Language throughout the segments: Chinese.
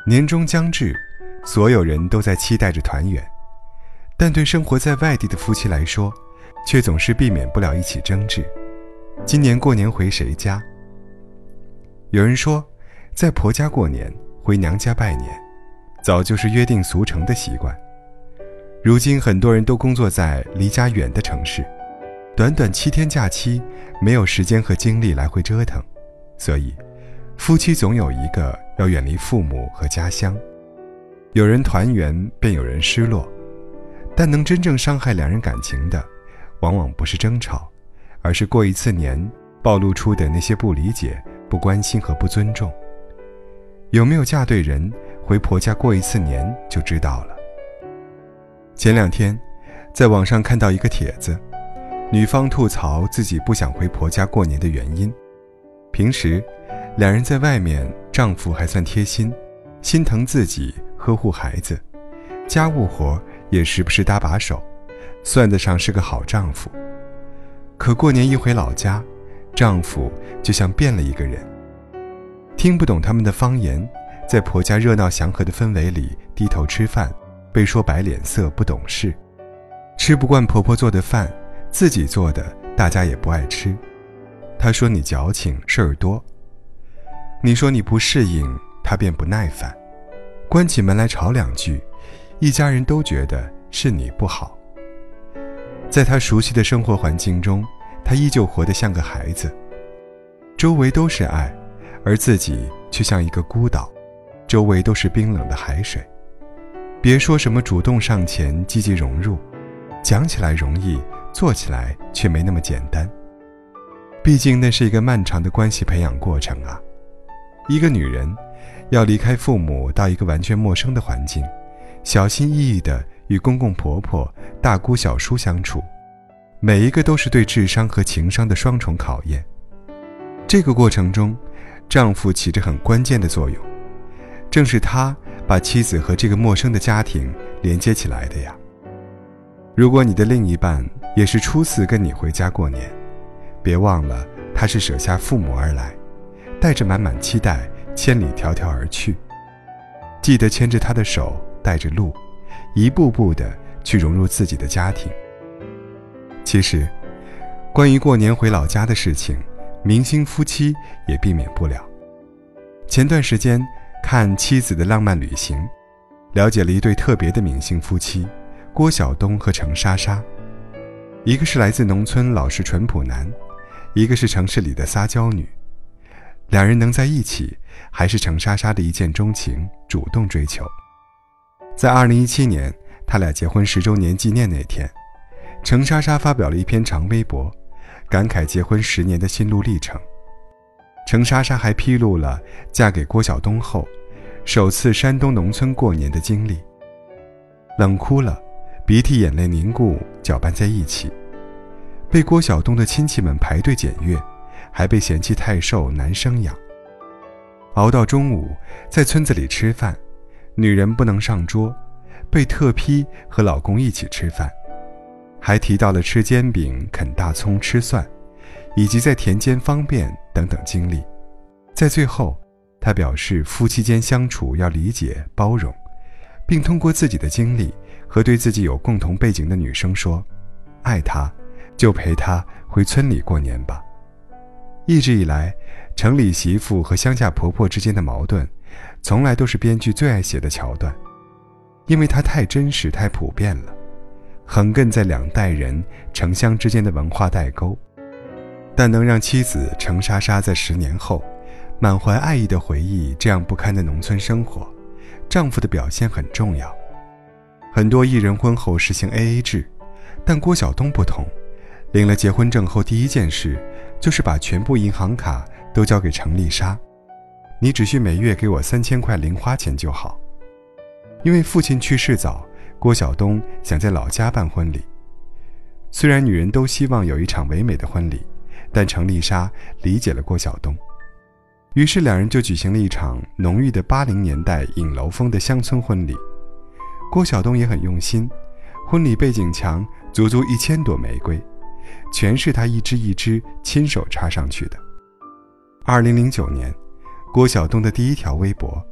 年终将至，所有人都在期待着团圆，但对生活在外地的夫妻来说，却总是避免不了一起争执。今年过年回谁家？有人说，在婆家过年，回娘家拜年，早就是约定俗成的习惯。如今很多人都工作在离家远的城市，短短7天假期，没有时间和精力来回折腾，所以夫妻总有一个要远离父母和家乡。有人团圆，便有人失落，但能真正伤害两人感情的，往往不是争吵，而是过一次年暴露出的那些不理解、不关心和不尊重。有没有嫁对人，回婆家过一次年就知道了。前2天在网上看到一个帖子，女方吐槽自己不想回婆家过年的原因。平时两人在外面，丈夫还算贴心，心疼自己，呵护孩子，家务活也时不时搭把手，算得上是个好丈夫。可过年一回老家，丈夫就像变了一个人，听不懂他们的方言，在婆家热闹祥和的氛围里低头吃饭，被说白脸色不懂事，吃不惯婆婆做的饭，自己做的大家也不爱吃。她说你矫情，事儿多。你说你不适应，她便不耐烦，关起门来吵2句，一家人都觉得是你不好。在她熟悉的生活环境中，她依旧活得像个孩子，周围都是爱，而自己却像一个孤岛，周围都是冰冷的海水。别说什么主动上前积极融入，讲起来容易，做起来却没那么简单。毕竟那是一个漫长的关系培养过程啊。一个女人要离开父母到一个完全陌生的环境，小心翼翼地与公公婆婆、大姑小叔相处，每一个都是对智商和情商的双重考验。这个过程中，丈夫起着很关键的作用，正是他把妻子和这个陌生的家庭连接起来的呀。如果你的另一半也是初次跟你回家过年，别忘了他是舍下父母而来，带着满满期待，千里迢迢而去。记得牵着他的手，带着路，一步步地去融入自己的家庭。其实，关于过年回老家的事情，明星夫妻也避免不了。前段时间看《妻子的浪漫旅行》，了解了一对特别的明星夫妻，郭晓东和程莎莎。一个是来自农村老实淳朴男，一个是城市里的撒娇女。两人能在一起，还是程莎莎的一见钟情，主动追求。在2017年他俩结婚10周年纪念那天，程莎莎发表了一篇长微博，感慨结婚10年的心路历程。程莎莎还披露了嫁给郭晓东后首次山东农村过年的经历。冷哭了，鼻涕眼泪凝固，搅拌在一起，被郭晓东的亲戚们排队检阅，还被嫌弃太瘦难生养。熬到中午，在村子里吃饭，女人不能上桌，被特批和老公一起吃饭，还提到了吃煎饼、啃大葱、吃蒜，以及在田间方便等等经历。在最后，他表示夫妻间相处要理解包容，并通过自己的经历和对自己有共同背景的女生说，爱她就陪她回村里过年吧。一直以来，城里媳妇和乡下婆婆之间的矛盾从来都是编剧最爱写的桥段，因为它太真实太普遍了，横亘在2代人城乡之间的文化代沟。但能让妻子程莎莎在10年后满怀爱意地回忆这样不堪的农村生活，丈夫的表现很重要。很多艺人婚后实行 AA 制，但郭晓东不同，领了结婚证后第一件事就是把全部银行卡都交给程丽莎，你只需每月给我3000块零花钱就好。因为父亲去世早，郭晓东想在老家办婚礼。虽然女人都希望有一场唯美的婚礼，但程丽莎理解了郭晓东，于是两人就举行了一场浓郁的80年代影楼风的乡村婚礼。郭晓东也很用心，婚礼背景墙足足1000朵玫瑰，全是他一支一支亲手插上去的。2009年，郭晓东的第一条微博，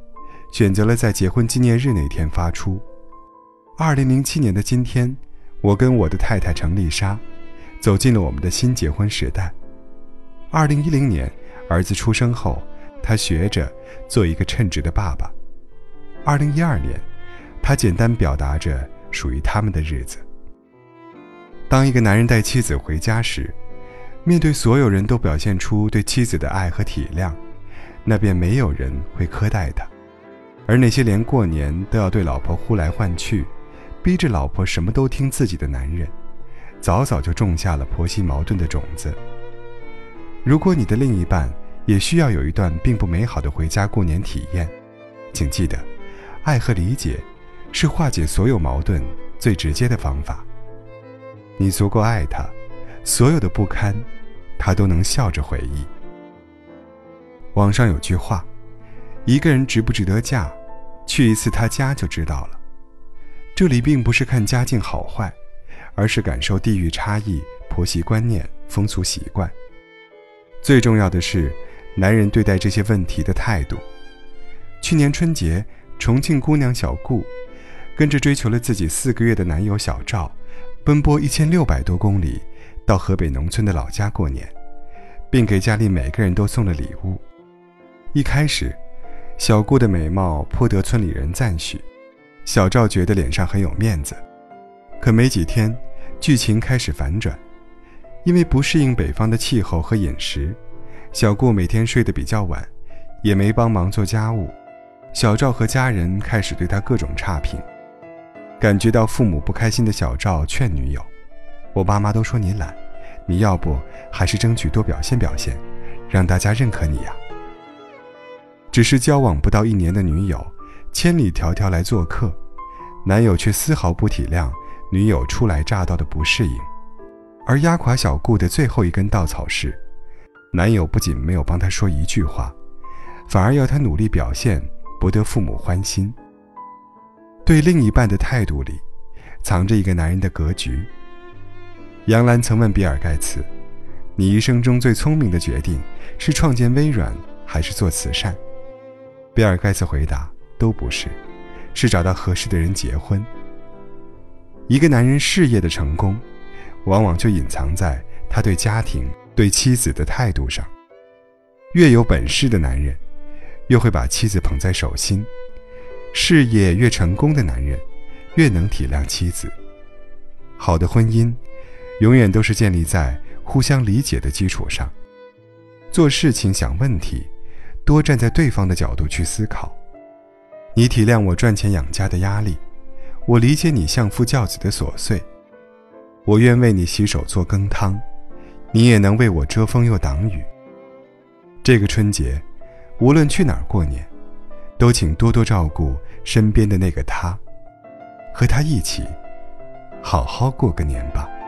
选择了在结婚纪念日那天发出。2007年的今天，我跟我的太太程丽莎走进了我们的新结婚时代。2010年，儿子出生后，他学着做一个称职的爸爸。2012年，他简单表达着属于他们的日子。当一个男人带妻子回家时，面对所有人都表现出对妻子的爱和体谅，那便没有人会苛待他。而那些连过年都要对老婆呼来唤去，逼着老婆什么都听自己的男人，早早就种下了婆媳矛盾的种子。如果你的另一半也需要有一段并不美好的回家过年体验，请记得，爱和理解是化解所有矛盾最直接的方法。你足够爱他，所有的不堪他都能笑着回忆。网上有句话，一个人值不值得嫁，去一次他家就知道了。这里并不是看家境好坏，而是感受地域差异、婆媳观念、风俗习惯。最重要的是男人对待这些问题的态度。去年春节，重庆姑娘小顾跟着追求了自己4个月的男友小赵，奔波1600多公里到河北农村的老家过年，并给家里每个人都送了礼物。一开始，小顾的美貌颇得村里人赞许，小赵觉得脸上很有面子。可没几天，剧情开始反转。因为不适应北方的气候和饮食，小顾每天睡得比较晚，也没帮忙做家务。小赵和家人开始对他各种差评。感觉到父母不开心的小赵劝女友，我爸妈都说你懒，你要不还是争取多表现表现，让大家认可你呀。只是交往不到1年的女友千里迢迢来做客，男友却丝毫不体谅女友初来乍到的不适应。而压垮小顾的最后一根稻草是，男友不仅没有帮她说一句话，反而要她努力表现，博得父母欢心。对另一半的态度里，藏着一个男人的格局。杨澜曾问比尔盖茨，你一生中最聪明的决定是创建微软还是做慈善？比尔盖茨回答，都不是，是找到合适的人结婚。一个男人事业的成功，往往就隐藏在他对家庭、对妻子的态度上。越有本事的男人，越会把妻子捧在手心；事业越成功的男人，越能体谅妻子。好的婚姻，永远都是建立在互相理解的基础上。做事情、想问题，多站在对方的角度去思考。你体谅我赚钱养家的压力，我理解你相夫教子的琐碎。我愿为你洗手做羹汤，你也能为我遮风又挡雨。这个春节，无论去哪儿过年，都请多多照顾身边的那个他，和他一起好好过个年吧。